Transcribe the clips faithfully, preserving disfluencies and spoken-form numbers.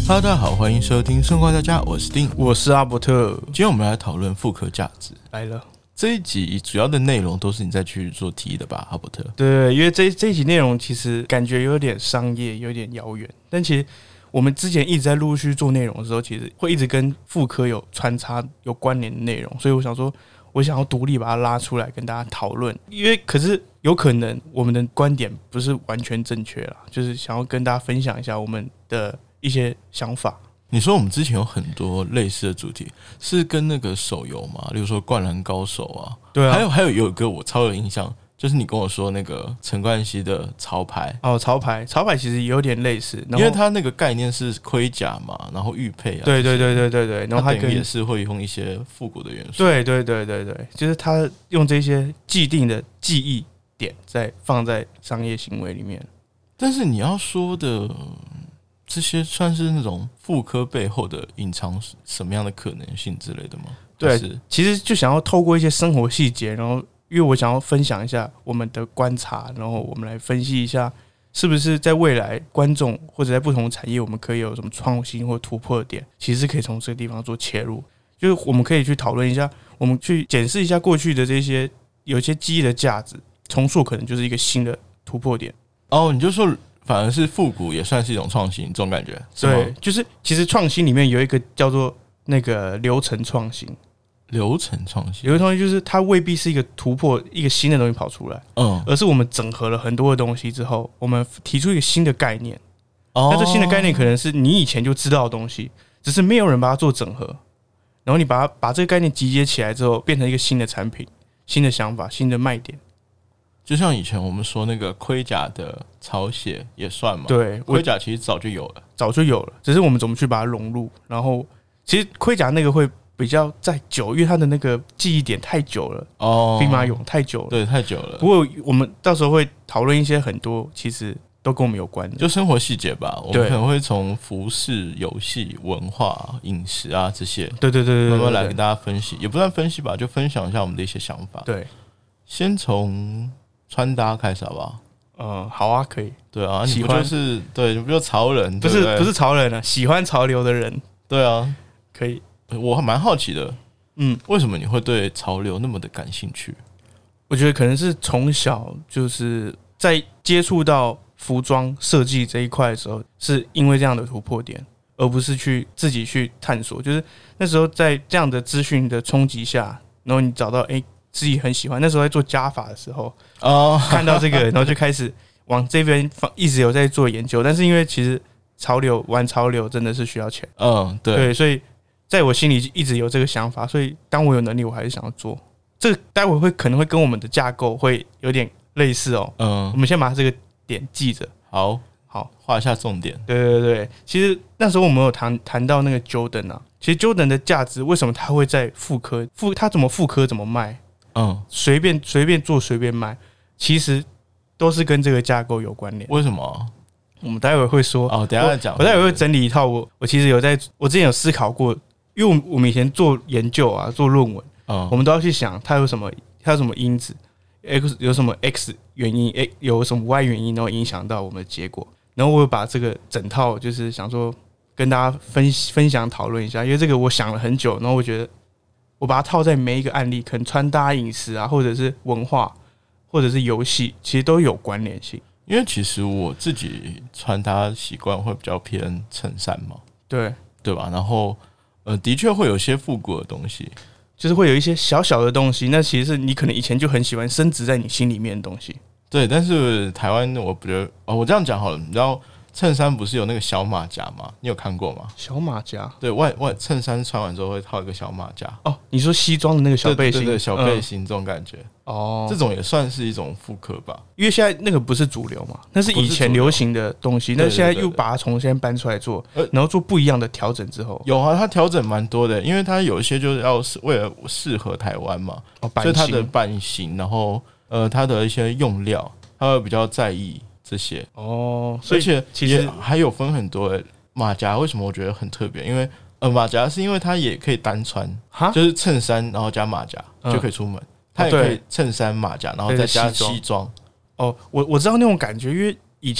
Hello， 大家好，欢迎收听生活大家，我是丁， 我是阿伯特。 今天我们来讨论复刻价值。 来了， 这一集主要的内容都是你再去做提的吧，阿伯特？ 对，因为这这一集内容其实感觉有点商业，有点遥远，但其实我们之前一直在陆续做内容的时候，其实会一直跟复刻有穿插、有关联的内容，所以我想说，我想要独立把它拉出来跟大家讨论，因为可是有可能我们的观点不是完全正确啦，就是想要跟大家分享一下我们的一些想法。 你说我们之前有很多类似的主题，是跟那个手游嘛，例如说《灌篮高手》啊， 对啊， 还有还有有一个我超有印象，就是你跟我说那个陈冠希的潮牌哦，潮牌，潮牌其实有点类似，因为它那个概念是盔甲嘛，然后玉佩啊， 对对对对对对，然后它等于也是会用一些复古的元素， 对对对对对，就是它用这些既定的记忆点再放在商业行为里面。 但是你要说的这些算是那种复刻背后的隐藏什么样的可能性之类的吗？ 对，其实就想要透过一些生活细节，然后因为我想要分享一下我们的观察，然后我们来分析一下，是不是在未来观众或者在不同产业，我们可以有什么创新或突破的点，其实可以从这个地方做切入。就是我们可以去讨论一下，我们去检视一下过去的这些有一些记忆的价值，重塑可能就是一个新的突破点。 哦，你就说反而是复古也算是一种创新，这种感觉。 对，就是其实创新里面有一个叫做那个流程创新。 流程创新， 流程创新就是它未必是一个突破，一个新的东西跑出来，嗯，而是我们整合了很多的东西之后，我们提出一个新的概念。哦，那这新的概念可能是你以前就知道的东西，只是没有人把它做整合，然后你把它把这个概念集结起来之后，变成一个新的产品、新的想法、新的卖点。 就像以前我们说那个盔甲的抄写也算嘛？ 对， 盔甲其实早就有了， 早就有了，只是我们怎么去把它融入。然后，其实盔甲那个会比较再久，因为它的那个记忆点太久了哦，兵马俑太久了， 对，太久了。 不过我们到时候会讨论一些很多其实都跟我们有关的， 就生活细节吧。我们可能会从服饰、游戏、文化、饮食啊这些， 对对对对， 慢慢来跟大家分析，也不算分析吧，就分享一下我们的一些想法。 对， 先从穿搭开始好不好？ 嗯，好啊，可以。 对啊，你不就是对，你不就潮人？ 不是对对不是潮人啊，喜欢潮流的人。 对啊， 可以。 我还蛮好奇的，嗯，为什么你会对潮流那么的感兴趣？ 我觉得可能是从小就是在接触到服装设计这一块的时候，是因为这样的突破点，而不是去自己去探索。就是那时候在这样的资讯的冲击下，然后你找到哎、欸、自己很喜欢。那时候在做加法的时候，哦，看到这个，然后就开始往这边一直有在做研究。但是因为其实潮流玩潮流真的是需要钱，嗯，对，对，所以。在我心里一直有这个想法，所以当我有能力，我还是想要做。这个待会会可能会跟我们的架构会有点类似哦。嗯，我们先把这个点记着。 好，好，画一下重点。 对对对，其实那时候我们有谈谈到那个 Jordan 啊，其实 Jordan 的价值为什么他会在复刻？复他怎么复刻怎么卖？嗯，随便随便做随便卖，其实都是跟这个架构有关联。 为什么？ 我们待会会说哦，等一下再讲。 我待会会整理一套我我其实有在，我之前有思考过。因为我们以前做研究啊，做论文，嗯，我们都要去想它有什么，它有什么因子 ，x 有什么 x 原因，有什么 y 原因，然后影响到我们的结果。然后我把这个整套就是想说跟大家分分享讨论一下，因为这个我想了很久，然后我觉得我把它套在每一个案例，可能穿搭、饮食啊，或者是文化，或者是游戏，其实都有关联性。 因为其实我自己穿搭习惯会比较偏衬衫嘛， 对对吧？然后。呃，的确会有些复古的东西， 就是会有一些小小的东西，那其实是你可能以前就很喜欢深植在你心里面的东西。 对，但是台湾我不觉得，哦，我这样讲好了，你知道衬衫不是有那个小马甲吗？你有看过吗？ 小马甲， 对外外衬衫穿完之后会套一个小马甲。 哦，你说西装的那个小背心， 对对对，小背心这种感觉。哦，这种也算是一种复刻吧？ 因为现在那个不是主流嘛，那是以前流行的东西，那现在又把它重新搬出来做，然后做不一样的调整之后， 有啊，它调整蛮多的，因为它有一些就是要为了适合台湾嘛，哦，所以它的版型，然后呃，它的一些用料，它会比较在意。这些哦，而且其实还有分很多的马甲，为什么我觉得很特别？因为呃，马甲是因为它也可以单穿，就是衬衫然后加马甲就可以出门，它也可以衬衫马甲然后再加西装。 哦，我我知道那种感觉，因为以前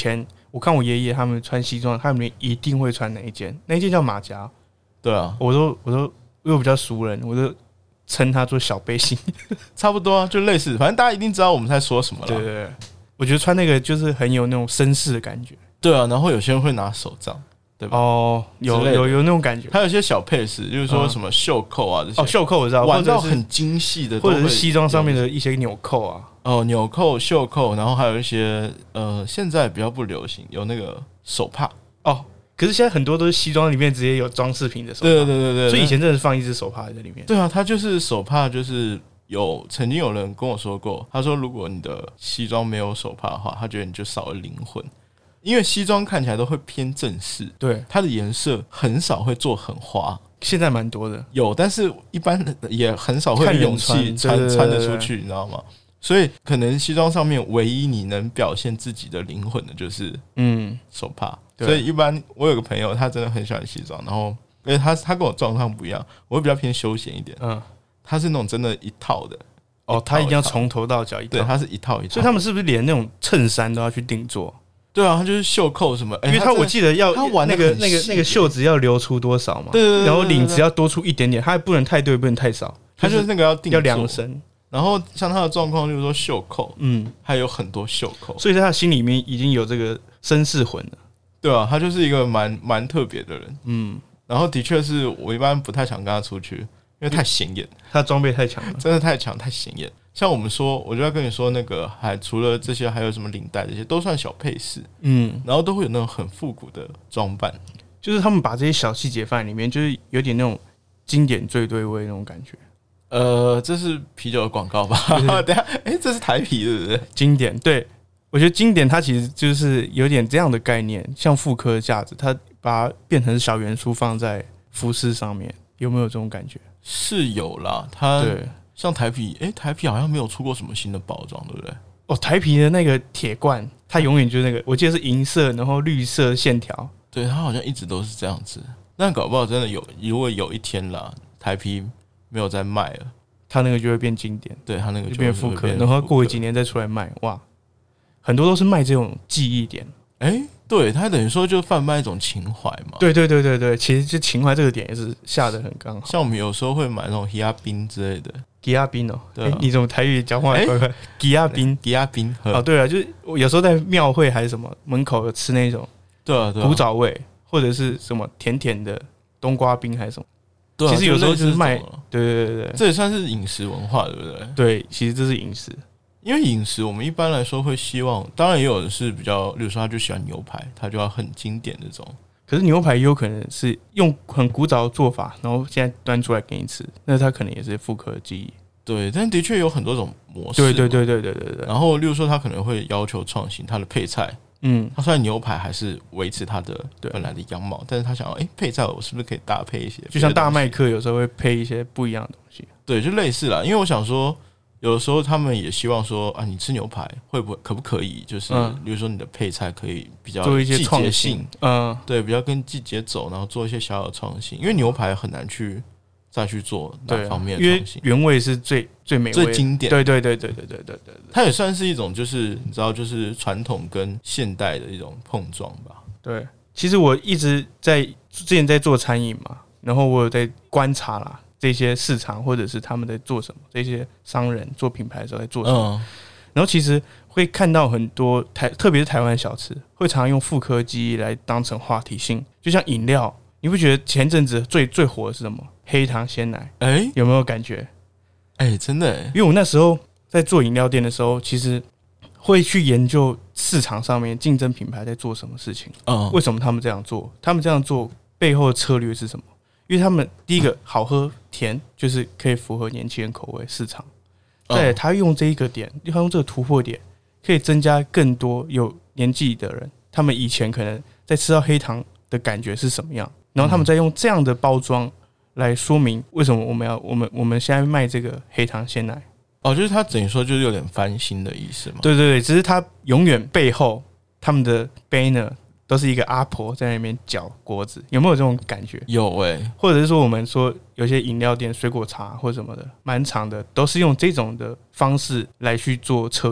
我看我爷爷他们穿西装，他们一定会穿哪一件？那一件叫马甲。 对啊， 我都我都因为我比较熟人，我都称它做小背心， 差不多啊，就类似，反正大家一定知道我们在说什么了。 对对对，我觉得穿那个就是很有那种绅士的感觉。 对啊，然后有些人会拿手杖。对吧？ 哦，有有有那种感觉， 还有一些小配饰，就是说什么袖扣啊这些。 哦，袖扣我知道， 玩到很精细的， 或者是西装上面的一些纽扣啊。 哦，纽扣、袖扣，然后还有一些呃，现在比较不流行，有那个手帕。 哦，可是现在很多都是西装里面直接有装饰品的手帕。 对对对对， 所以以前真的是放一只手帕在里面。 对啊，它就是手帕，就是有曾经有人跟我说过，他说如果你的西装没有手帕的话，他觉得你就少了灵魂。因为西装看起来都会偏正式， 对， 它的颜色很少会做很花， 现在蛮多的， 有，但是一般人也很少会有勇气穿穿得出去，你知道吗？所以可能西装上面唯一你能表现自己的灵魂的就是嗯手帕，所以一般我有个朋友他真的很喜欢西装，然后因为他他跟我状况不一样，我会比较偏休闲一点，嗯，他是那种真的一套的。 哦，他一定要从头到脚一套， 对，他是一套一套， 所以他们是不是连那种衬衫都要去定做？ 对啊，他就是袖扣什么， 因为他我记得要他玩那个那个那个袖子要留出多少嘛， 对对对， 然后领子要多出一点点，他还不能太多，也不能太少， 他就是那个要定要量身。 然后像他的状况就是说袖扣，嗯，还有很多袖扣， 所以在他心里面已经有这个绅士魂了， 对啊，他就是一个蛮蛮特别的人，嗯，然后的确是我一般不太想跟他出去，因为太显眼， 他装备太强了， 真的太强太显眼。像我们说，我就要跟你说，那个还除了这些，还有什么领带这些，都算小配饰，嗯，然后都会有那种很复古的装扮， 就是他们把这些小细节放在里面，就是有点那种经典最对味那种感觉。 呃，这是啤酒的广告吧？等一下，哎、欸，这是台啤对不对？ 经典，对，我觉得经典它其实就是有点这样的概念，像复刻的价值，它把它变成小元素放在服饰上面，有没有这种感觉？ 是有啦，它对。 像台啤，哎、欸，台啤好像没有出过什么新的包装，对不对？ 哦，台啤的那个铁罐，它永远就是那个，我记得是银色，然后绿色线条， 对，它好像一直都是这样子。但搞不好真的有，如果有一天啦，台啤没有再卖了， 它那个就会变经典， 对，它那个就会变复刻，然后过几年再出来卖，哇，很多都是卖这种记忆点， 哎、欸，对，它等于说就贩卖一种情怀嘛。 对对对对对，其实就情怀这个点也是下得很刚好。 像我们有时候会买那种希亚冰之类的。 吉亚冰哦，对、啊欸，你怎么台语讲话？吉亚冰， 吉亚冰哦，对啊，就是我有时候在庙会还是什么门口有吃那种， 对啊，对啊， 古早味或者是什么甜甜的冬瓜冰还是什么，对、啊，其实有时候就是卖，对对对对， 这也算是饮食文化，对不对？ 对，其实这是饮食， 因为饮食我们一般来说会希望，当然也有人是比较，例如说他就喜欢牛排，他就要很经典的这种。 可是牛排也有可能是用很古早的做法，然后现在端出来给你吃，那它可能也是复刻的记忆。 对，但的确有很多种模式。 对对对对对对对。 然后，例如说，他可能会要求创新它的配菜。嗯，他虽然牛排还是维持它的本来的样貌，但是他想要，哎、欸，配菜我是不是可以搭配一些？ 就像大麦克有时候会配一些不一样的东西。 对，就类似啦。因为我想说，有的时候他们也希望说，啊，你吃牛排会不会可不可以？就是，嗯、比如说你的配菜可以比较做一些创新，嗯，对，比较跟季节走，然后做一些小小的创新。因为牛排很难去。再去做哪方面的创新？ 因为原味是最最美味、 最经典。 对对对对对对对对， 它也算是一种，就是你知道，就是传统跟现代的一种碰撞吧。 对，其实我一直在之前在做餐饮嘛，然后我有在观察啦这些市场或者是他们在做什么，这些商人做品牌的时候在做什么。嗯、然后其实会看到很多台，特别是台湾小吃，会常常用复刻记忆来当成话题性，就像饮料。你不觉得前阵子最最火的是什么？黑糖鲜奶，哎、欸，有没有感觉？ 哎、欸，真的、欸， 因为我那时候在做饮料店的时候，其实会去研究市场上面竞争品牌在做什么事情，嗯，为什么他们这样做？他们这样做背后的策略是什么？因为他们第一个好喝甜，就是可以符合年轻人口味市场。再来，他用这一个点，他用这个突破点，可以增加更多有年纪的人，他们以前可能在吃到黑糖的感觉是什么样。然后他们再用这样的包装来说明为什么我们要我们我们现在卖这个黑糖鲜奶哦，就是他等于说就是有点翻新的意思嘛。 对对对，只是他永远背后他们的 banner 都是一个阿婆在那边搅锅子，有没有这种感觉？ 有诶、欸， 或者是说我们说有些饮料店、水果茶或什么的，蛮长的，都是用这种的方式来去做策略。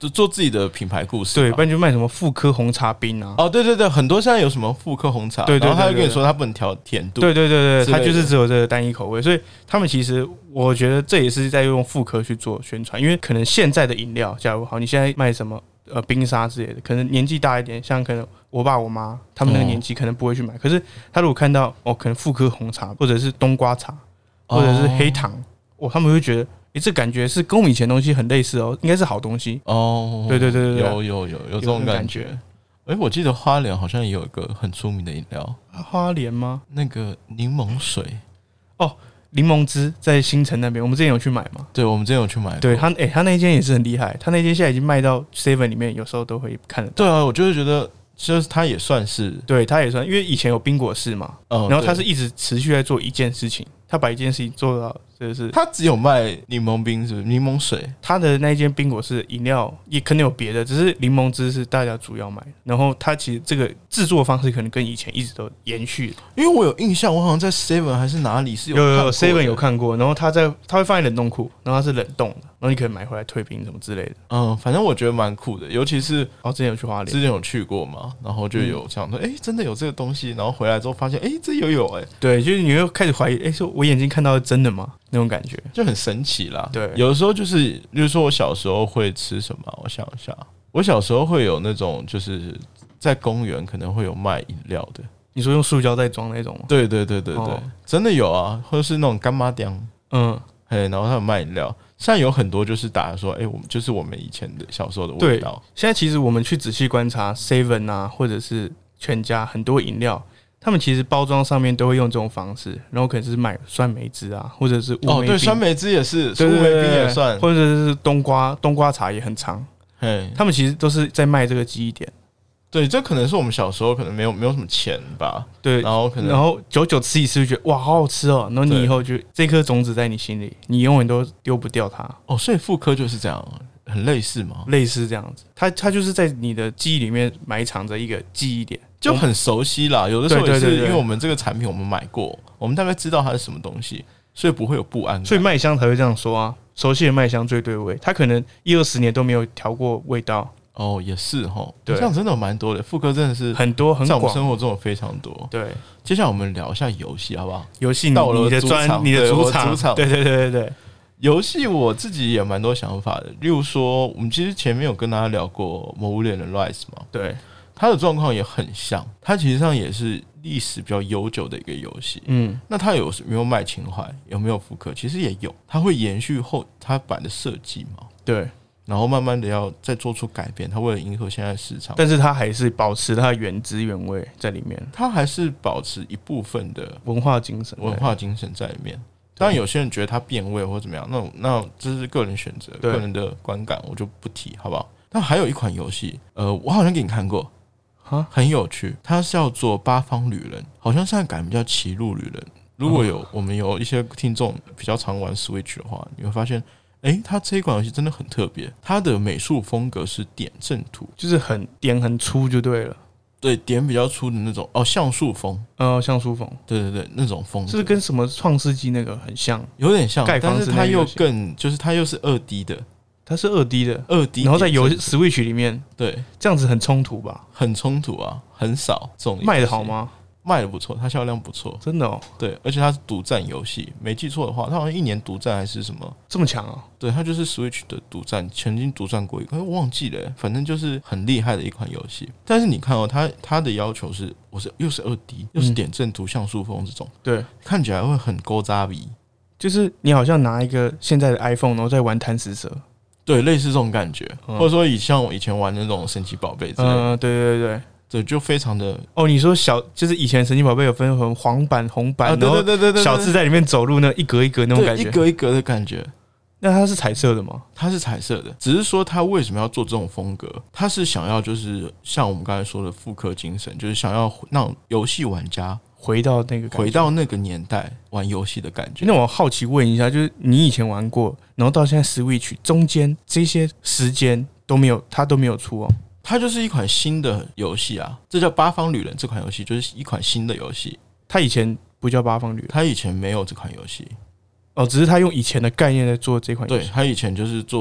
做自己的品牌故事， 对，不然就卖什么复刻红茶冰啊。 哦，对对对，很多现在有什么复刻红茶，对对对对，然后他会跟你说他不能调甜度， 对对对对，他就是只有这个单一口味，所以他们其实我觉得这也是在用复刻去做宣传，因为可能现在的饮料，假如好，你现在卖什么呃冰沙之类的，可能年纪大一点，像可能我爸我妈他们那个年纪可能不会去买，哦、可是他如果看到哦，可能复刻红茶或者是冬瓜茶或者是黑糖，哦，他们会觉得。欸，这感觉是跟我们以前东西很类似哦，应该是好东西哦。对对对对， 有有有有这种感觉。哎、欸，我记得花莲好像也有一个很出名的饮料， 花莲吗？ 那个柠檬水哦，柠檬汁在新城那边，我们之前有去买嘛？ 对，我们之前有去买。 对他，哎、欸，他那间也是很厉害，他那间现在已经卖到 seven 里面，有时候都会看得到。 对啊，我就是觉得。就是他也算是， 对他也算，因为以前有冰果室嘛，嗯、然后他是一直持续在做一件事情，他把一件事情做到，就是他只有卖柠檬冰，是不是柠檬水？ 他的那一间冰果室饮料也可能有别的，只是柠檬汁是大家主要买的。然后他其实这个制作方式可能跟以前一直都延续的， 因为我有印象，我好像在 Seven 还是哪里是有有有 Seven 有看过，然后他在他会放在冷冻库，然后它是冷冻的，然后你可以买回来退冰什么之类的。 嗯，反正我觉得蛮酷的，尤其是哦，之前有去花莲， 之前有去过嘛，然后就有想说，哎、欸，真的有这个东西，然后回来之后发现，哎、欸，这有有哎、欸， 对，就是你会开始怀疑，哎、欸，说我眼睛看到是真的吗？那种感觉就很神奇啦。 对， 有的时候就是，比如说我小时候会吃什么？我想一下，我小时候会有那种，就是在公园可能会有卖饮料的。 你说用塑胶袋装那种吗？ 对对对对对，哦、真的有啊，或者是那种干妈店，嗯，嘿，然后他有卖饮料。现在有很多就是打说，哎、欸，我们就是我们以前的小时候的味道。 现在其实我们去仔细观察 Seven 啊，或者是全家很多饮料。他们其实包装上面都会用这种方式，然后可能是买酸梅汁啊，或者是乌梅冰。 哦，对，酸梅汁也是，乌梅冰也算， 或者是冬瓜冬瓜茶也很长。嘿，他们其实都是在卖这个记忆点。 对，这可能是我们小时候可能没有没有什么钱吧。 对， 然后可能然后久久吃一次就觉得哇，好好吃哦。然后你以后就这颗种子在你心里，你永远都丢不掉它。 哦，所以复刻就是这样。很类似吗？ 类似这样子，它它就是在你的记忆里面埋藏着一个记忆点， 就很熟悉啦。有的时候也是因为我们这个产品我们买过，我们大概知道它是什么东西，所以不会有不安感。 所以麦香才会这样说啊，熟悉的麦香最对味。它可能一二十年都没有调过味道。 哦，也是齁，这样真的有蛮多的，复刻真的是很多，很在我们生活中有非常多。 对， 接下来我们聊一下游戏好不好？ 游戏到了你的专，你的主场，对对对对对。 游戏我自己也蛮多想法的，例如说，我们其实前面有跟大家聊过《魔物猎人 Rise》嘛， 对， 它的状况也很像，它其实上也是历史比较悠久的一个游戏。嗯，那它有没有卖情怀？有没有复刻？其实也有，它会延续后它版的设计嘛， 对， 然后慢慢的要再做出改变，它为了迎合现在的市场， 但是它还是保持它的原汁原味在里面， 它还是保持一部分的文化精神， 文化精神在里面。当然，有些人觉得它变味或怎么样，那那这是个人选择、个人的观感，我就不提，好不好？但还有一款游戏，呃，我好像给你看过，很有趣，它是叫做《八方旅人》，好像现在改名叫《歧路旅人》。如果有我们有一些听众比较常玩 Switch 的话，你会发现，哎、欸，它这一款游戏真的很特别，它的美术风格是点阵图， 就是很点很粗就对了。 对，点比较粗的那种哦，像素风， 呃，像素风， 对对对，那种风， 是跟什么创世纪那个很像， 有点像，但是它又更， 更，就是它又是二 D 的， 它是二 D 的， 二 D， 然后在游 Switch 里面， 对， 这样子很冲突吧？ 很冲突啊，很少这种卖的好吗？ 卖的不错，它销量不错， 真的哦。 对，而且它是独占游戏，没记错的话，它好像一年独占还是什么， 这么强啊？ 对，它就是 Switch 的独占，曾经独占过一个，我忘记了，反正就是很厉害的一款游戏。但是你看哦，它它的要求是，我是又是二 D， 又是点阵图、像素风这种， 对， 看起来会很勾扎鼻， 就是你好像拿一个现在的 iPhone， 然后在玩贪食蛇， 对，类似这种感觉，嗯、或者说以像我以前玩那种神奇宝贝之类的， 嗯，对对对。 对，就非常的哦。你说小就是以前神奇宝贝有分成黄版、红版， 啊、对对对对对， 小智在里面走路那一格一格那种感觉， 一格一格的感觉。 那它是彩色的吗？ 它是彩色的，只是说它为什么要做这种风格？它是想要就是像我们刚才说的复刻精神，就是想要让游戏玩家回到那个回到那个年代玩游戏的感觉。 那我好奇问一下，就是你以前玩过，然后到现在 Switch 中间这些时间都没有，它都没有出哦。 它就是一款新的游戏啊，这叫《八方旅人》这款游戏就是一款新的游戏。 它以前不叫《八方旅人》， 它以前没有这款游戏哦，只是它用以前的概念在做这款游戏。 对，它以前就是做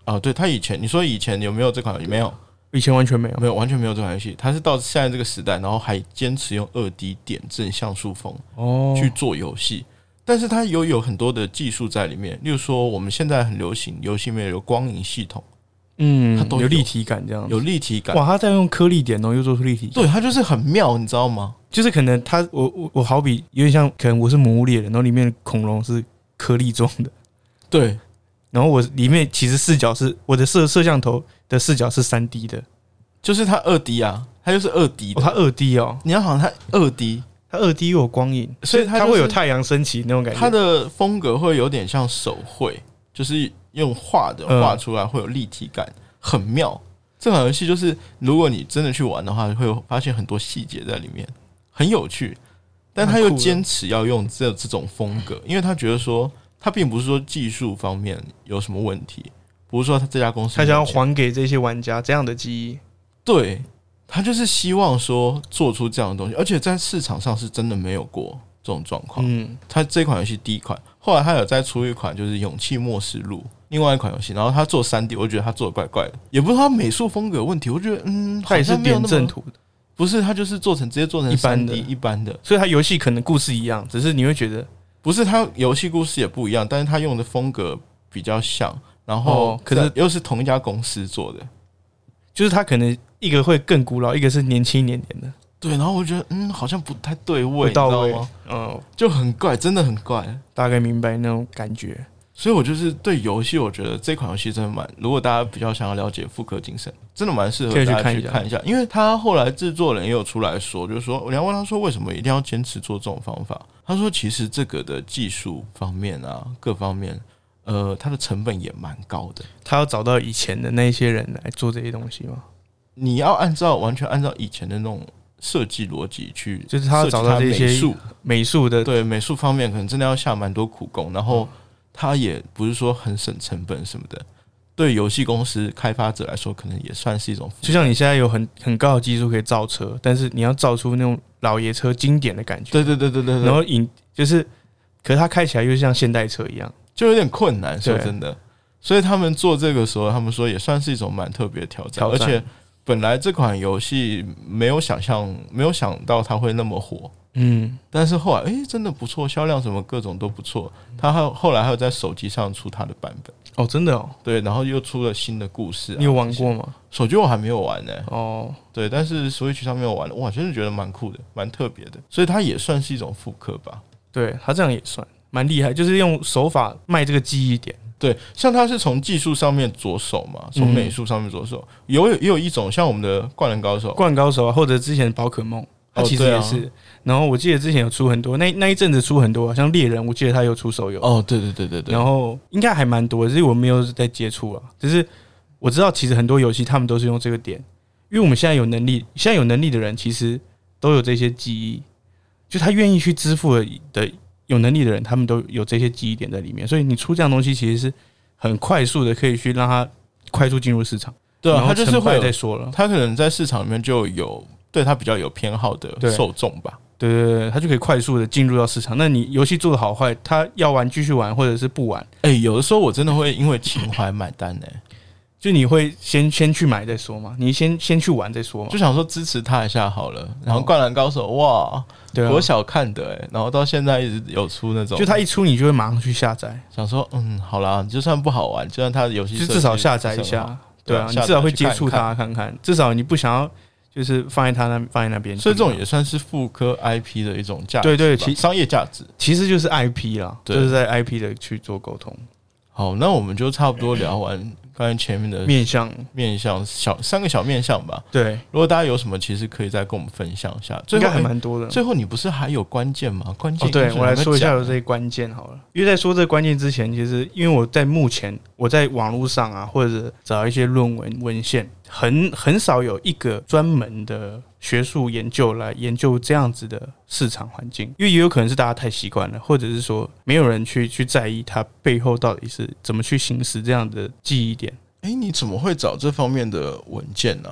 哦，对，他以前你说以前有没有这款游戏？没有， 以前完全没有， 没有，完全没有这款游戏。他是到现在这个时代，然后还坚持用二 D 点阵像素风去做游戏。哦，但是它有有很多的技术在里面，例如说我们现在很流行游戏里面有光影系统， 嗯，它都 有, 有立体感，这样有立体感。 哇，它在用颗粒点哦，又做出立体感， 对，它就是很妙，你知道吗？ 就是可能它我我我好比有点像，可能我是魔物猎人，然后里面的恐龙是颗粒状的， 对， 然后我里面其实视角是我的摄摄像头的视角是三 D 的， 就是它二 D 啊，它就是二 D 的， 哦，它二 D 哦， 你要好像它二 D。 它二 D 又有光影，所以它会有太阳升起那种感觉。 它的风格会有点像手绘，就是用画的画出来会有立体感，很妙。这款游戏就是如果你真的去玩的话，会发现很多细节在里面，很有趣。但他又坚持要用这这种风格，因为他觉得说，他并不是说技术方面有什么问题，不是说他这家公司他想要还给这些玩家这样的记忆， 对。他就是希望说做出这样的东西，而且在市场上是真的没有过这种状况。嗯，他这款游戏第一款，后来他有再出一款就是《勇气末世录》，另外一款游戏，然后他做三 D， 我觉得他做的怪怪的，也不是他美术风格有问题，我觉得嗯， 他也是点阵图的， 不是，他就是做成直接做成三 D 一般的， 所以他游戏可能故事一样，只是你会觉得不是，他游戏故事也不一样，但是他用的风格比较像，然后、哦、可是又是同一家公司做的， 就是他可能。一个会更古老，一个是年轻一点点的。 对，然后我觉得，嗯，好像不太对味， 不到位， 你知道吗？嗯，就很怪，真的很怪。 大概明白那种感觉。 所以我就是对游戏，我觉得这款游戏真的蛮，如果大家比较想要了解复刻精神，真的蛮适合大家去看一下。因为他后来制作人也有出来说，就是说，我要问他说为什么一定要坚持做这种方法？他说，其实这个的技术方面啊，各方面。呃，它的成本也蛮高的。 他要找到以前的那些人来做这些东西吗？ 你要按照完全按照以前的那种设计逻辑去， 就是他要找到这些美术美术的， 对美术方面可能真的要下蛮多苦功，然后他也不是说很省成本什么的。对游戏公司开发者来说，可能也算是一种。 就像你现在有很很高的技术可以造车，但是你要造出那种老爷车经典的感觉。 对对对对 对, 对。 然后引就是，可是它开起来又像现代车一样， 就有点困难。说真的，所以他们做这个时候，他们说也算是一种蛮特别的挑战，挑战而且。本来这款游戏没有想象，没有想到它会那么火，嗯，但是后来哎、欸，真的不错，销量什么各种都不错。它还有后来还有在手机上出它的版本哦，真的哦， 对，然后又出了新的故事、啊。 你有玩过吗？ 手机我还没有玩呢、欸，哦，对，但是 Switch 上面有玩，哇，真的觉得蛮酷的，蛮特别的，所以它也算是一种复刻吧。 对，它这样也算蛮厉害，就是用手法卖这个记忆点。 对，像他是从技术上面着手嘛，从美术上面着手，有也有一种像我们的灌篮高手， 灌篮高手啊，或者之前宝可梦，它其实也是。哦啊、然后我记得之前有出很多，那那一阵子出很多，像猎人，我记得他有出手游。 哦，对对对对对。 然后应该还蛮多的，只是我没有在接触啊。只是我知道，其实很多游戏他们都是用这个点，因为我们现在有能力，现在有能力的人其实都有这些记忆，就他愿意去支付的。有能力的人，他们都有这些记忆点在里面，所以你出这样东西其实是很快速的，可以去让它快速进入市场。 对啊，他就是会再说了， 他可能在市场里面就有对他比较有偏好的受众吧。 对对对，他就可以快速的进入到市场。那你游戏做的好坏，他要玩继续玩，或者是不玩。 哎、欸，有的时候我真的会因为情怀买单呢、欸。 就你会先先去买再说嘛，你先先去玩再说嘛， 就想说支持他一下好了。然后《灌篮高手》哇，对啊，我小看的哎、欸，然后到现在一直有出那种， 就他一出你就会马上去下载， 想说嗯好啦，就算不好玩，就算他的游戏就至少下载一下，对啊，你至少会接触他看看，至少你不想要就是放在他那放在那边， 所以这种也算是复刻 I P 的一种价值， 对对，其商业价值其实就是 I P 啦，就是在 I P 的去做沟通。 好，那我们就差不多聊完。刚才前面的面向面向小三个小面向吧， 对。 如果大家有什么，其实可以再跟我们分享一下。 应该还蛮多的。 最后你不是还有关键吗？关键、 哦、对我来说一下有这些关键好了。因为在说这个关键之前，其实因为我在目前我在网络上啊，或者找一些论文文献，很很少有一个专门的学术研究来研究这样子的市场环境，因为也有可能是大家太习惯了，或者是说没有人去去在意它背后到底是怎么去行使这样的记忆点。 哎、欸，你怎么会找这方面的文件呢、啊？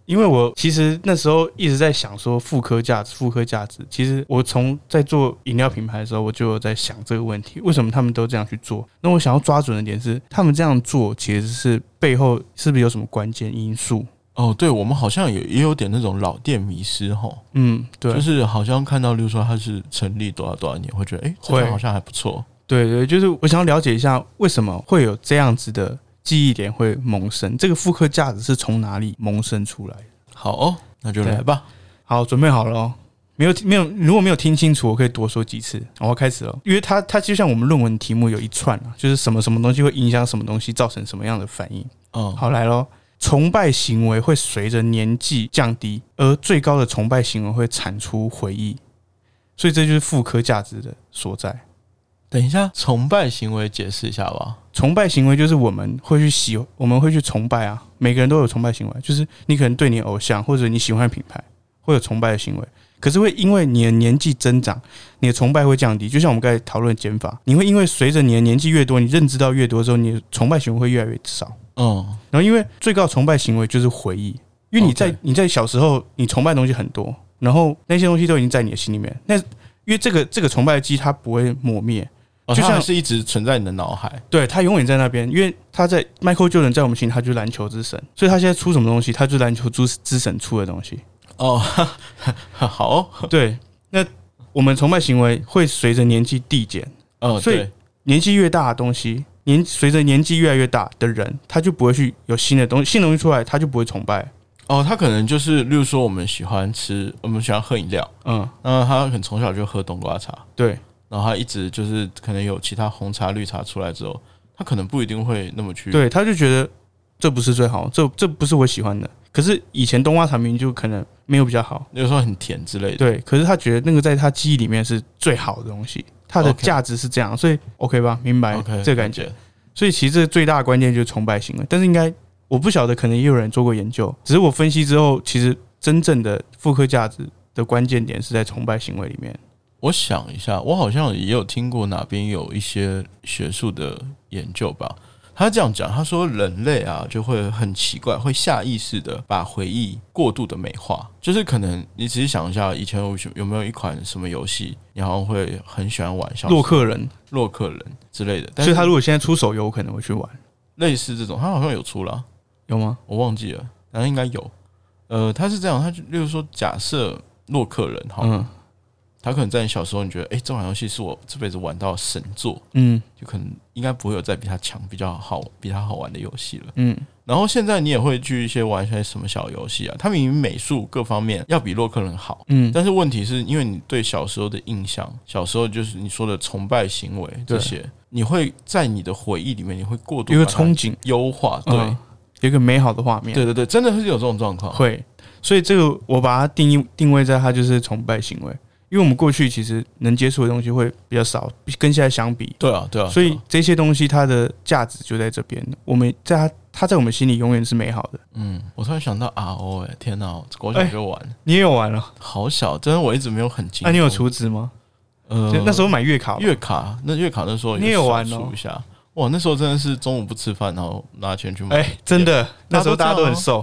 因为我其实那时候一直在想说复刻价值，复刻价值。其实我从在做饮料品牌的时候，我就有在想这个问题：为什么他们都这样去做？那我想要抓准的点是，他们这样做其实是背后是不是有什么关键因素？ 哦，对，我们好像也也有点那种老店迷失齁。 嗯，对， 就是好像看到，例如说它是成立多少多少年，会觉得哎，这个好像还不错。 对对，就是我想要了解一下，为什么会有这样子的记忆点会萌生？这个复刻价值是从哪里萌生出来的？ 好哦，那就来吧。 好，准备好了哦。没有没有，如果没有听清楚，我可以多说几次。我要开始了，因为它它就像我们论文题目有一串啊，就是什么什么东西会影响什么东西，造成什么样的反应。嗯，好，来咯。崇拜行为会随着年纪降低，而最高的崇拜行为会产出回忆，所以这就是复刻价值的所在。 等一下，崇拜行为解释一下吧。 崇拜行为就是我们会去喜，我们会去崇拜啊，每个人都有崇拜行为，就是你可能对你偶像或者你喜欢的品牌会有崇拜的行为，可是会因为你的年纪增长，你的崇拜会降低。就像我们刚才讨论的减法，你会因为随着你的年纪越多，你认知到越多之后，你的崇拜行为会越来越少。嗯，然后因为最高的崇拜行为就是回忆，因为你在、okay. 你在小时候你崇拜的东西很多，然后那些东西都已经在你的心里面，那因为这个这个崇拜的记忆它不会磨灭。 哦，就像是一直存在你的脑海， 对，他永远在那边，因为他在 Michael Jordan 在我们心里，他就是篮球之神，所以他现在出什么东西，他就是篮球之神出的东西。哦， 好哦， 对，那我们崇拜行为会随着年纪递减，哦，所以年纪越大的东西，年随着年纪越来越大的人，他就不会去有新的东西，新东西出来，他就不会崇拜。 哦，他可能就是，例如说，我们喜欢吃，我们喜欢喝饮料，嗯，那他可能从小就喝冬瓜茶， 对。 然后他一直就是可能有其他红茶、绿茶出来之后，他可能不一定会那么去， 对，他就觉得这不是最好，这这不是我喜欢的。可是以前冬瓜茶明明就可能没有比较好， 有时候很甜之类的。 对，可是他觉得那个在他记忆里面是最好的东西，它的价值是这样，所以 OK 吧？明白 okay, 这个感觉。所以其实这最大的关键就是崇拜行为，但是应该我不晓得，可能也有人做过研究，只是我分析之后，其实真正的复刻价值的关键点是在崇拜行为里面。 我想一下，我好像也有听过哪边有一些学术的研究吧。他这样讲，他说人类啊就会很奇怪，会下意识的把回忆过度的美化。就是可能你只是想一下，以前有有没有一款什么游戏，你好像会很喜欢玩，像洛克人、 洛克人之类的。 所以他如果现在出手游，我可能会去玩。 类似这种，他好像有出了， 有吗？ 我忘记了，然后应该有。呃，他是这样，他就例如说，假设洛克人哈。嗯，他可能在你小时候，你觉得，哎、欸，这款游戏是我这辈子玩到神作，嗯，就可能应该不会有再比他强、比较好、比他好玩的游戏了，嗯。然后现在你也会去一些玩一些什么小游戏啊，他明明美术各方面要比洛克人好，嗯，但是问题是因为你对小时候的印象，小时候就是你说的崇拜行为这些，你会在你的回忆里面，你会过度有一个憧憬、 优化，对，嗯、 有一个美好的画面， 对对对，真的是有这种状况， 会。所以这个我把它定义定位在它就是崇拜行为。因为我们过去其实能接触的东西会比较少，跟现在相比， 对啊，对啊， 所以这些东西它的价值就在这边。我们在它，它在我们心里永远是美好的。 嗯，我突然想到 R O， 哎、欸，天哪，国小就玩、欸， 你也有玩了？ 好小，真的我一直没有很精。 那、啊、你有储值吗？呃，那时候买月卡， 月卡，那月卡那时候你也有玩哦。 一下，哇，那时候真的是中午不吃饭，然后拿钱去买。哎、 欸，真的，那时候大家都很瘦，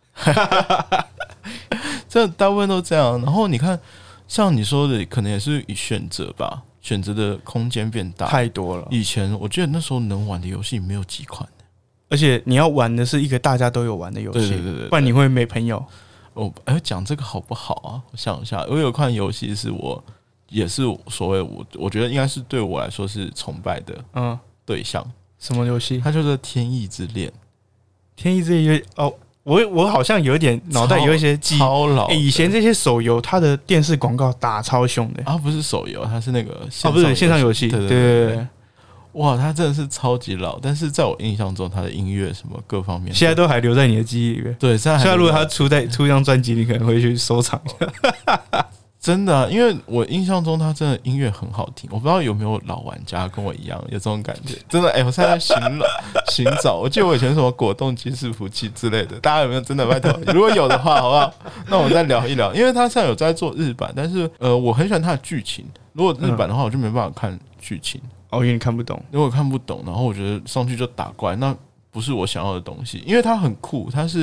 这大部分都这样。然后你看。像你说的，可能也是以选择吧，选择的空间变大太多了。 以前我记得那时候能玩的游戏没有几款， 而且你要玩的是一个大家都有玩的游戏， 对对对对， 不然你会没朋友。 我哎，讲这个好不好啊？我想一下，我有一款游戏是我也是所谓我我觉得应该是对我来说是崇拜的嗯对象。 什么游戏？ 它就是《天意之恋》。 天意之恋哦。我我好像有一点脑袋有一些记忆， 超老、欸。 以前这些手游，它的电视广告打超凶的、 欸。啊，不是手游，它是那个哦，不是线上游戏。对对 对, 对, 对， 哇，它真的是超级老，但是在我印象中，它的音乐什么各方面， 现在都还留在你的记忆里面。 对，现在, 现在如果它出在出一张专辑，你可能会去收藏一下。 真的、啊，因为我印象中它真的音乐很好听，我不知道有没有老玩家跟我一样有这种感觉。真的，哎、欸，我现在在寻寻找，我记得我以前什么果冻即视服器之类的，大家有没有真的拜托？如果有的话，好不好？那我们再聊一聊，因为他现在有在做日版，但是呃，我很喜欢他的剧情。如果日版的话，我就没办法看剧情， 哦，因为你看不懂。 如果看不懂，然后我觉得上去就打怪，那不是我想要的东西，因为它很酷，它是。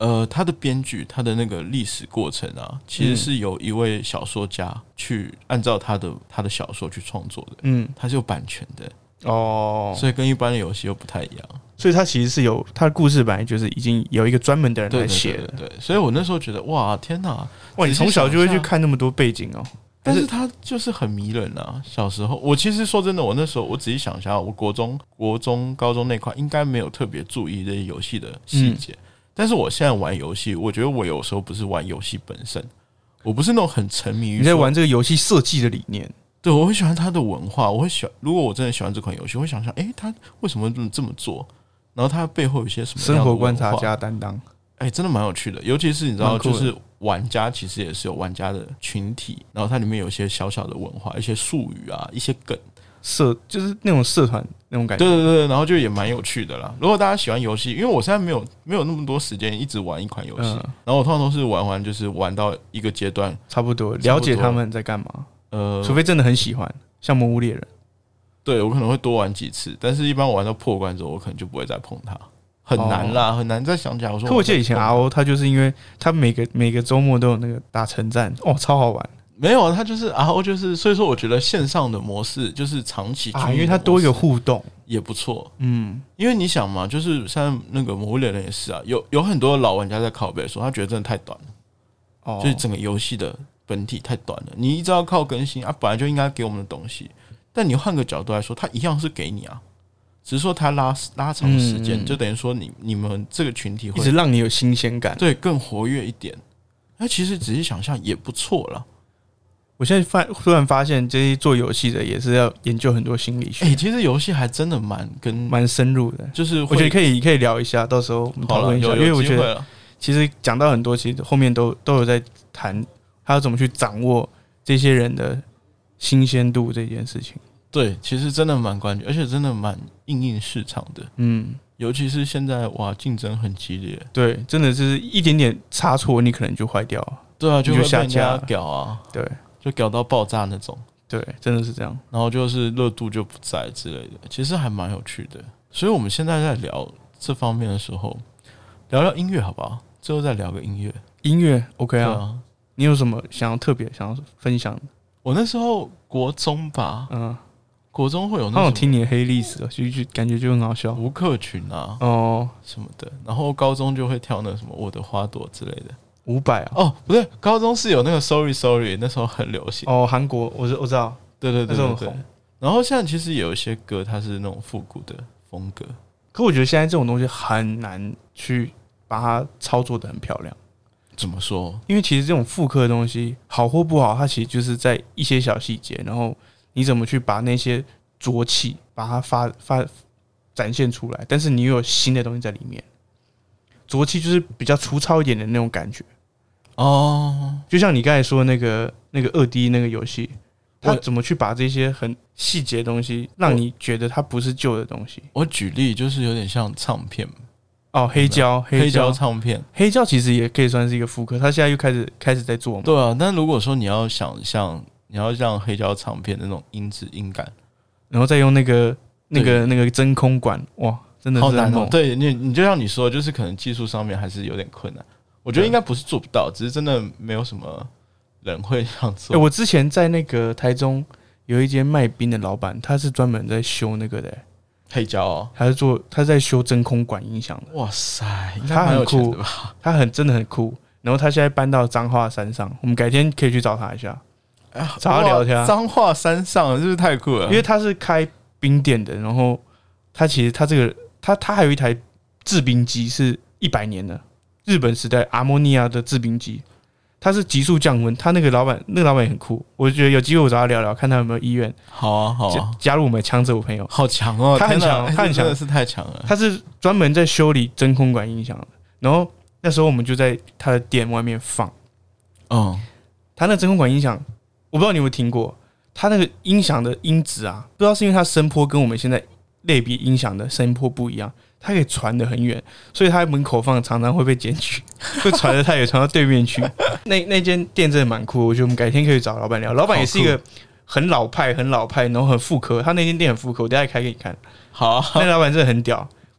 呃，他的编剧他的那个历史过程啊，其实是由一位小说家去按照他的他的小说去创作的，嗯，他是有版权的哦，所以跟一般的游戏又不太一样。 所以他其实是有他的故事本来就是已经有一个专门的人来写的， 对, 对, 对, 对，所以我那时候觉得哇天哪， 哇你从小就会去看那么多背景哦， 但是他就是很迷人啊。小时候我其实说真的，我那时候我仔细想一下，我国中、国中、高中那块应该没有特别注意这些游戏的细节，嗯，但是我现在玩游戏，我觉得我有时候不是玩游戏本身，我不是那种很沉迷于你在玩这个游戏设计的理念。 对，我会喜欢他的文化，我会喜欢。如果我真的喜欢这款游戏，我会想想，哎，欸，他为什么这么做？然后他背后有些什么生活观察家担当， 哎，欸，真的蛮有趣的。尤其是你知道，就是玩家其实也是有玩家的群体，然后它里面有一些小小的文化，一些术语啊，一些梗， 社就是那种社团那种感觉。 对对对，然后就也蛮有趣的啦。如果大家喜欢游戏，因为我现在没有没有那么多时间一直玩一款游戏，嗯，然后我通常都是玩完就是玩到一个阶段， 差不多了解他们在干嘛。呃，除非真的很喜欢，像《魔物猎人》。 对，我可能会多玩几次，但是一般我玩到破关之后，我可能就不会再碰它，很难啦，哦，很难再想起来。我说， 可我记得以前 R O 它就是因为它每个每个周末都有那个打城战，哦，超好玩。 没有啊，它就是 R O 就是，所以说我觉得线上的模式就是长期啊，因为它多一个互动也不错。嗯，因为你想嘛，就是像那个《魔物猎人》也是啊，有有很多老玩家在拷贝说，他觉得真的太短了，哦，就是整个游戏的本体太短了，你一直要靠更新啊，本来就应该给我们的东西。但你换个角度来说，它一样是给你啊，只是说它拉拉长时间，嗯，就等于说你你们这个群体会一直让你有新鲜感， 对，更活跃一点。那其实仔细想想也不错啦。 我现在发突然发现，这些做游戏的也是要研究很多心理学。 哎，欸，其实游戏还真的蛮跟蛮深入的， 就是我觉得可以可以聊一下，到时候我们讨论一下，因为我觉得其实讲到很多，其实后面都都有在谈，他要怎么去掌握这些人的新鲜度这件事情。 对，其实真的蛮关键，而且真的蛮应应市场的。嗯，尤其是现在哇，竞争很激烈。 对，真的是一点点差错，你可能就坏掉了。 对啊，就会被人家屌啊。 对， 就屌到爆炸那种。 对，真的是这样。 然后就是热度就不在之类的，其实还蛮有趣的。所以我们现在在聊这方面的时候，聊聊音乐好不好？最后再聊个音乐。 音乐 OK 啊。啊，你有什么想要特别想要分享的？ 我那时候国中吧，嗯。国中会有那种， 好想听你的黑历史，就就感觉就很好笑。 吴克群啊，哦什么的，然后高中就会跳那什么我的花朵之类的。 伍佰啊？ 哦，不对，高中是有那个 Sorry Sorry， 那时候很流行。 哦，韩国，我我知道， 对对对对对。然后现在其实有一些歌，它是那种复古的风格， 可我觉得现在这种东西很难去把它操作得很漂亮。 怎么说？ 因为其实这种复刻的东西，好或不好，它其实就是在一些小细节，然后你怎么去把那些浊气把它发发展现出来，但是你又有新的东西在里面。浊气就是比较粗糙一点的那种感觉哦，就像你刚才说的那个那个二 D 那个游戏，它怎么去把这些很细节的东西，让你觉得它不是旧的东西？ 我举例就是有点像唱片哦，黑胶黑胶唱片， 黑胶其实也可以算是一个复刻，它现在又开始开始在做嘛。 对啊，但如果说你要想象，你要像黑胶唱片的那种音质音感， 然后再用那个那个那个真空管，哇，真的是好难哦。对你，你就像你说，就是可能技术上面还是有点困难。我觉得应该不是做不到，只是真的没有什么人会这样做。 欸、我之前在那个台中有一间卖冰的老板，他是专门在修那个的、欸、 黑胶哦， 他是做他在修真空管音响的。 哇塞， 他很酷吧？他很真的很酷。然后他现在搬到彰化山上，我们改天可以去找他一下，找他聊天。 彰化山上是不是太酷了？ 因为他是开冰店的，然后他其实他这个他他还有一台制冰机是一百年的。日本时代阿莫尼亚的制冰机，它是急速降温。他那个老板，那个老板也很酷。我觉得有机会我找他聊聊，看他有没有意愿。 好啊，好啊， 加入我们强者我朋友。 好强哦， 他很强，他很强， 真的是太强了。 他是专门在修理真空管音响的。然后那时候我们就在他的店外面放。嗯，他那真空管音响，我不知道你有没有听过。他那个音响的音质啊，不知道是因为它声波跟我们现在类比音响的声波不一样。它可以传得很远，所以它门口放常常会被检举，会传得太远，传到对面去。那那间店真的蛮酷，我觉得我们改天可以找老板聊。老板也是一个很老派、很老派，然后很复刻。他那间店很复刻，我等一下开给你看。 好、啊， 那老板真的很屌。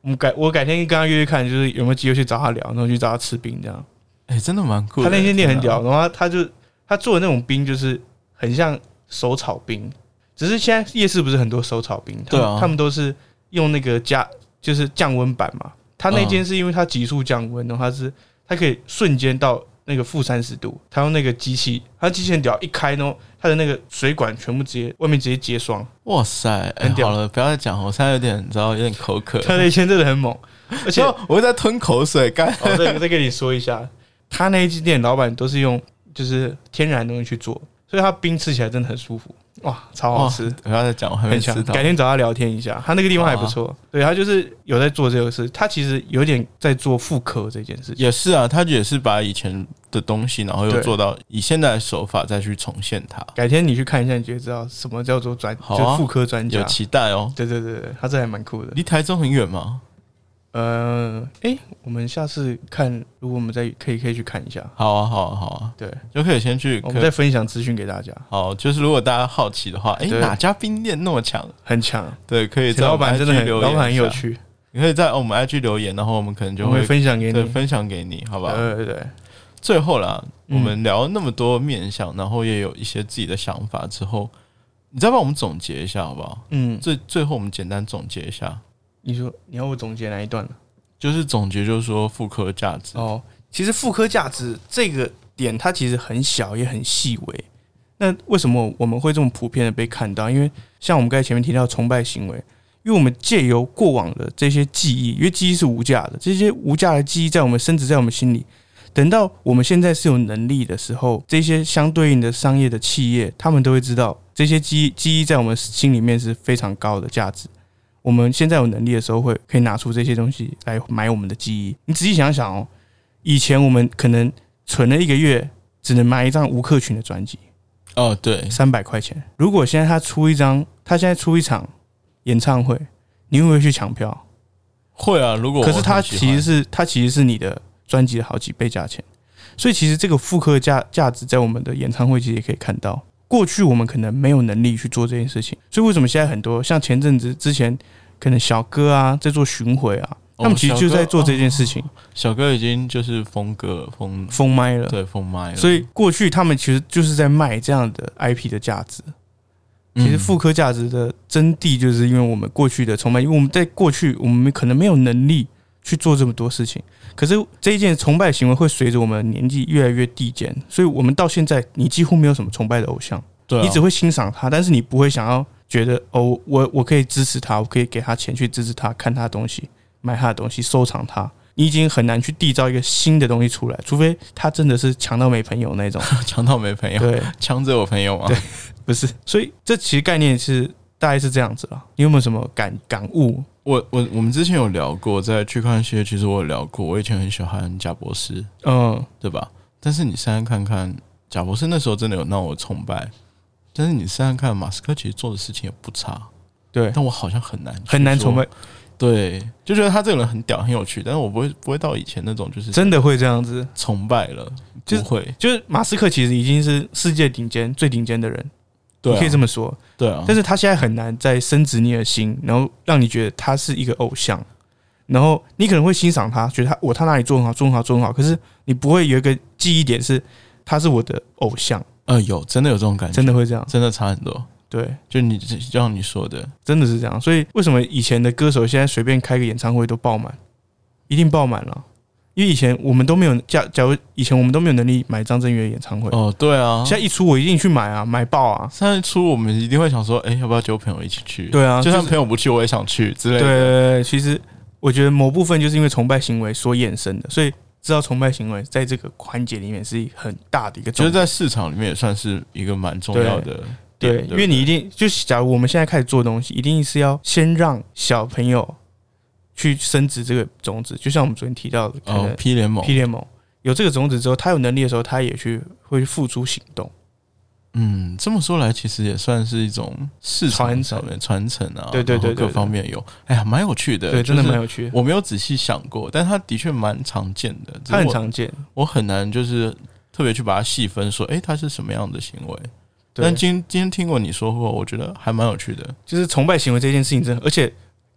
我们改我改天跟他约约看，就是有没有机会去找他聊，然后去找他吃冰这样。 哎、欸，真的蛮酷的。 他那间店很屌，然后他他就他做的那种冰就是很像手炒冰，只是现在夜市不是很多手炒冰，他们、啊、他们都是用那个加就是降温板嘛。他那间是因为它急速降温，然后它是它可以瞬间到那个负三十度，他用那个机器，他机器很屌，一开呢，他的那个水管全部直接外面直接结霜。 哇塞，很屌、欸！好了，不要再讲，我现在有点你知道有点口渴。 他那间真的很猛，而且我在吞口水，干。 哦，再再跟你说一下，他那一间店老板都是用就是天然的东西去做，所以他冰吃起来真的很舒服。哇，超好吃！ 不要再讲，我还没吃到。 改天找他聊天一下，他那个地方还不错。啊、对他就是有在做这个事，他其实有点在做复刻这件事情。 也是啊，他也是把以前的东西，然后又做到以现在的手法再去重现它。 改天你去看一下，你就知道什么叫做专， 啊、 就复刻专家。 有期待哦。 对对对对，他这还蛮酷的。 离台中很远吗？ 呃，哎、欸，我们下次看，如果我们再可以可以去看一下。 好啊，好啊，好啊， 对， 就可以先去， 我们再分享资讯给大家。 好，就是如果大家好奇的话，哎、欸，哪家冰店那么强？ 很强， 对，可以在我们 I G 留言， 老板很有趣， 你可以在我们 I G 留言，然后我们可能就会分享给你， 分享给你，好不好？ 对对对。 最后啦，我们聊那么多面向，然后也有一些自己的想法之后，你再帮我们总结一下，好不好？嗯，最最后我们简单总结一下。 你说你要我总结哪一段呢？ 就是总结，就是说复刻价值哦。其实复刻价值这个点，它其实很小也很细微。那为什么我们会这么普遍的被看到？因为像我们刚才前面提到崇拜行为，因为我们借由过往的这些记忆，因为记忆是无价的，这些无价的记忆在我们深植在我们心里。等到我们现在是有能力的时候，这些相对应的商业的企业，他们都会知道这些记忆记忆在我们心里面是非常高的价值。我们现在有能力的时候，会可以拿出这些东西来买我们的记忆。你仔细想想哦，以前我们可能存了一个月，只能买一张吴克群的专辑。 哦，对， 三百块钱。如果现在他出一张，他现在出一场演唱会，你会不会去抢票？ 会啊，如果我可是他其实是他其实是你的专辑的好几倍价钱，所以其实这个复刻价价值在我们的演唱会其实也可以看到。过去我们可能没有能力去做这件事情，所以为什么现在很多像前阵子之前可能小哥啊在做巡回啊，他们其实就在做这件事情。 哦、小哥已经就是封歌封封麦了， 对，封麦了。 所以过去他们其实就是在卖这样的 I P 的价值。其实复刻价值的真谛，就是因为我们过去的崇拜，因为我们在过去我们可能没有能力去做这么多事情，可是这一件崇拜行为会随着我们年纪越来越递减，所以我们到现在你几乎没有什么崇拜的偶像， 对、啊， 你只会欣赏他，但是你不会想要觉得哦，我我可以支持他，我可以给他钱去支持他，看他的东西，买他的东西，收藏他。你已经很难去缔造一个新的东西出来，除非他真的是强到没朋友那种， 强到没朋友， 对， 强着我朋友吗？ 对，不是，所以这其实概念是大概是这样子啦。你有没有什么感感悟？ 我我我们之前有聊过，在去看些，其实我有聊过，我以前很喜欢贾博士，嗯，对吧？但是你现在看看贾博士那时候真的有让我崇拜，但是你现在看马斯克其实做的事情也不差， 对， 但我好像很难很难崇拜。 对，就觉得他这个人很屌，很有趣，但是我不会不会到以前那种就是真的会这样子崇拜了，不会。 就是马斯克其实已经是世界顶尖最顶尖的人，对、啊，你可以这么说， 对啊。 但是他现在很难再深植你的心，然后让你觉得他是一个偶像，然后你可能会欣赏他，觉得他我他哪里做很好，做很好，做很好，可是你不会有一个记忆点是他是我的偶像。 呃，有真的有这种感觉， 真的会这样， 真的差很多。 对， 就你就像你说的， 真的是这样。所以为什么以前的歌手现在随便开个演唱会都爆满，一定爆满了？因为以前我们都没有，假假如以前我们都没有能力买张震岳的演唱会。 哦，对啊， 现在一出我一定去买啊，买爆啊！ 现在一出我们一定会想说，哎、欸，要不要揪朋友一起去？ 对啊， 就算朋友不去，我也想去之类的。 对对对，其实我觉得某部分就是因为崇拜行为所衍生的，所以知道崇拜行为在这个环节里面是很大的一个重点， 就是在市场里面也算是一个蛮重要的。 对，因为你一定就是假如我们现在开始做东西，一定是要先让小朋友去深植这个种子，就像我们昨天提到的， 哦 ，P 联盟 ，P 联盟有这个种子之后，他有能力的时候，他也去会去付诸行动。 嗯，这么说来，其实也算是一种市场上面传承啊， 对对 对, 对， 各方面有，哎呀，蛮有趣的， 对，真的蛮有趣的。 我没有仔细想过，但它的确蛮常见的， 它很常见， 我很难就是特别去把它细分，说，哎、欸，它是什么样的行为。但今今天听过你说过，我觉得还蛮有趣的。 就是崇拜行为这件事情真的，而且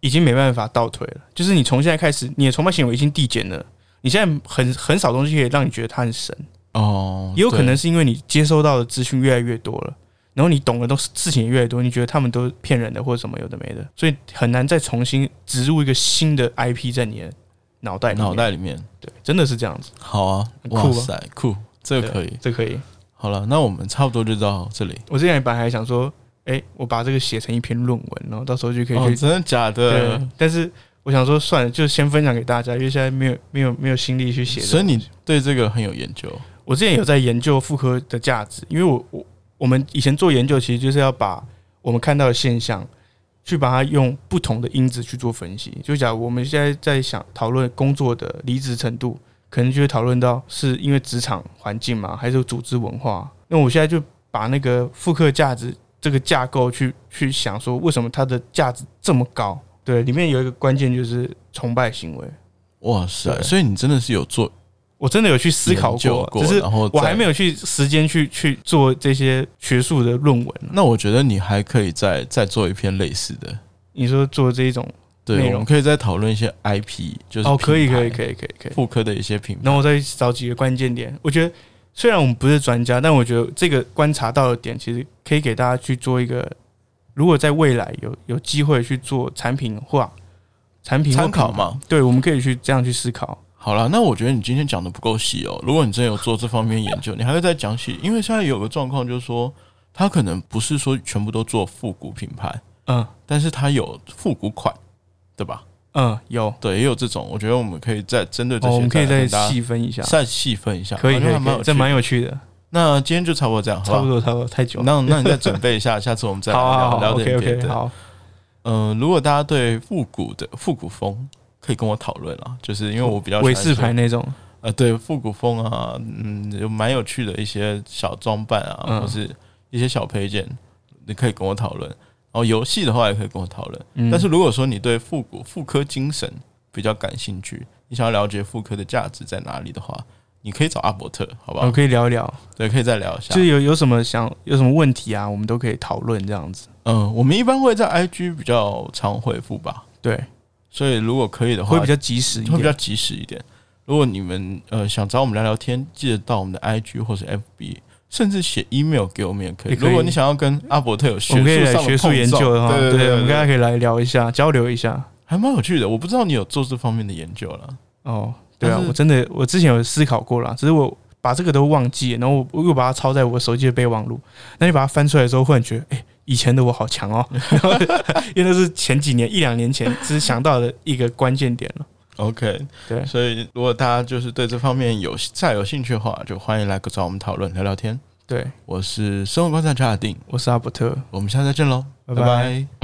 已经没办法倒退了。就是你从现在开始，你的崇拜行为已经递减了，你现在很很少东西可以让你觉得他很神哦。也有可能是因为你接收到的资讯越来越多了，然后你懂的都事情也越来越多，你觉得他们都骗人的或者什么有的没的，所以很难再重新植入一个新的 I P 在你的脑袋里面。 脑袋里面， 对，真的是这样子。 好啊，哇塞，酷，这个可以， 这个可以。 好了，那我们差不多就到这里。 我之前本来还想说，哎、欸，我把这个写成一篇论文，然后到时候就可以去。 哦，真的假的？ 但是我想说，算了，就先分享给大家，因为现在没有没有没有心力去写。 所以你对这个很有研究？ 我之前有在研究妇科的价值，因为我我我们以前做研究，其实就是要把我们看到的现象，去把它用不同的因子去做分析。就假如我们现在在想讨论工作的离职程度。可能就会讨论到是因为职场环境嘛，还是组织文化？那我现在就把那个复刻价值这个架构去去想说，为什么它的价值这么高？对，里面有一个关键就是崇拜行为。 哇塞！所以你真的是有做， 我真的有去思考过，只是我还没有去时间去去做这些学术的论文。 那我觉得你还可以再再做一篇类似的。 你说做这一种？ 对，我们可以再讨论一些 I P， 就是哦，可以，可以，可以，可以，可以， 复刻的一些品牌。 然后我再找几个关键点。我觉得虽然我们不是专家，但我觉得这个观察到的点，其实可以给大家去做一个，如果在未来有有机会去做产品化、产品参考嘛， 对，我们可以去这样去思考。 好了，那我觉得你今天讲的不够细哦。如果你真的有做这方面研究，你还会再讲细，因为现在有个状况就是说，它可能不是说全部都做复古品牌，嗯，但是它有复古款。对吧？ 嗯，有， 对，也有这种。我觉得我们可以再针对这些、哦， 我们可以再细分一下， 再细分一下， 可以，可以，可以，这蛮有趣的。 那今天就差不多这样， 差不多，差不多，太久了。 那那你再准备一下，下次我们再聊聊点别的。 好， 嗯、呃，如果大家对复古的复古风可以跟我讨论啊，就是因为我比较韦氏牌那种， 呃，对，复古风啊，嗯，有蛮有趣的一些小装扮啊，嗯、或是一些小配件，你可以跟我讨论。然后游戏的话也可以跟我讨论、嗯，但是如果说你对复古复刻精神比较感兴趣，你想要了解复刻的价值在哪里的话，你可以找阿伯特，好不好？ 我可以聊一聊， 对，可以再聊一下。 就是有有什么想有什么问题啊，我们都可以讨论这样子。 嗯，我们一般会在 I G 比较常回复吧。 对， 所以如果可以的话， 会比较及时一点， 会比较及时一点。如果你们呃想找我们聊聊天，记得到我们的 I G 或是 F B。甚至写 email 给我们也可以。如果你想要跟阿伯特有学术上的学术研究的话，对，对，对，我们大家可以来聊一下，交流一下， 还蛮有趣的。我不知道你有做这方面的研究了。 哦，对啊，我真的我之前有思考过啦，只是我把这个都忘记了，然后我又把它抄在我手机的备忘录。那你把它翻出来的时候，忽然觉得，哎、欸，以前的我好强哦，因为那是前几年一两年前只是想到的一个关键点了。 OK， 对， 所以如果大家就是对这方面有再有兴趣的话，就欢迎来找我们讨论聊聊天。 对， 我是生活观察家阿定， 我是阿伯特， 我们下次再见喽，拜拜。拜拜。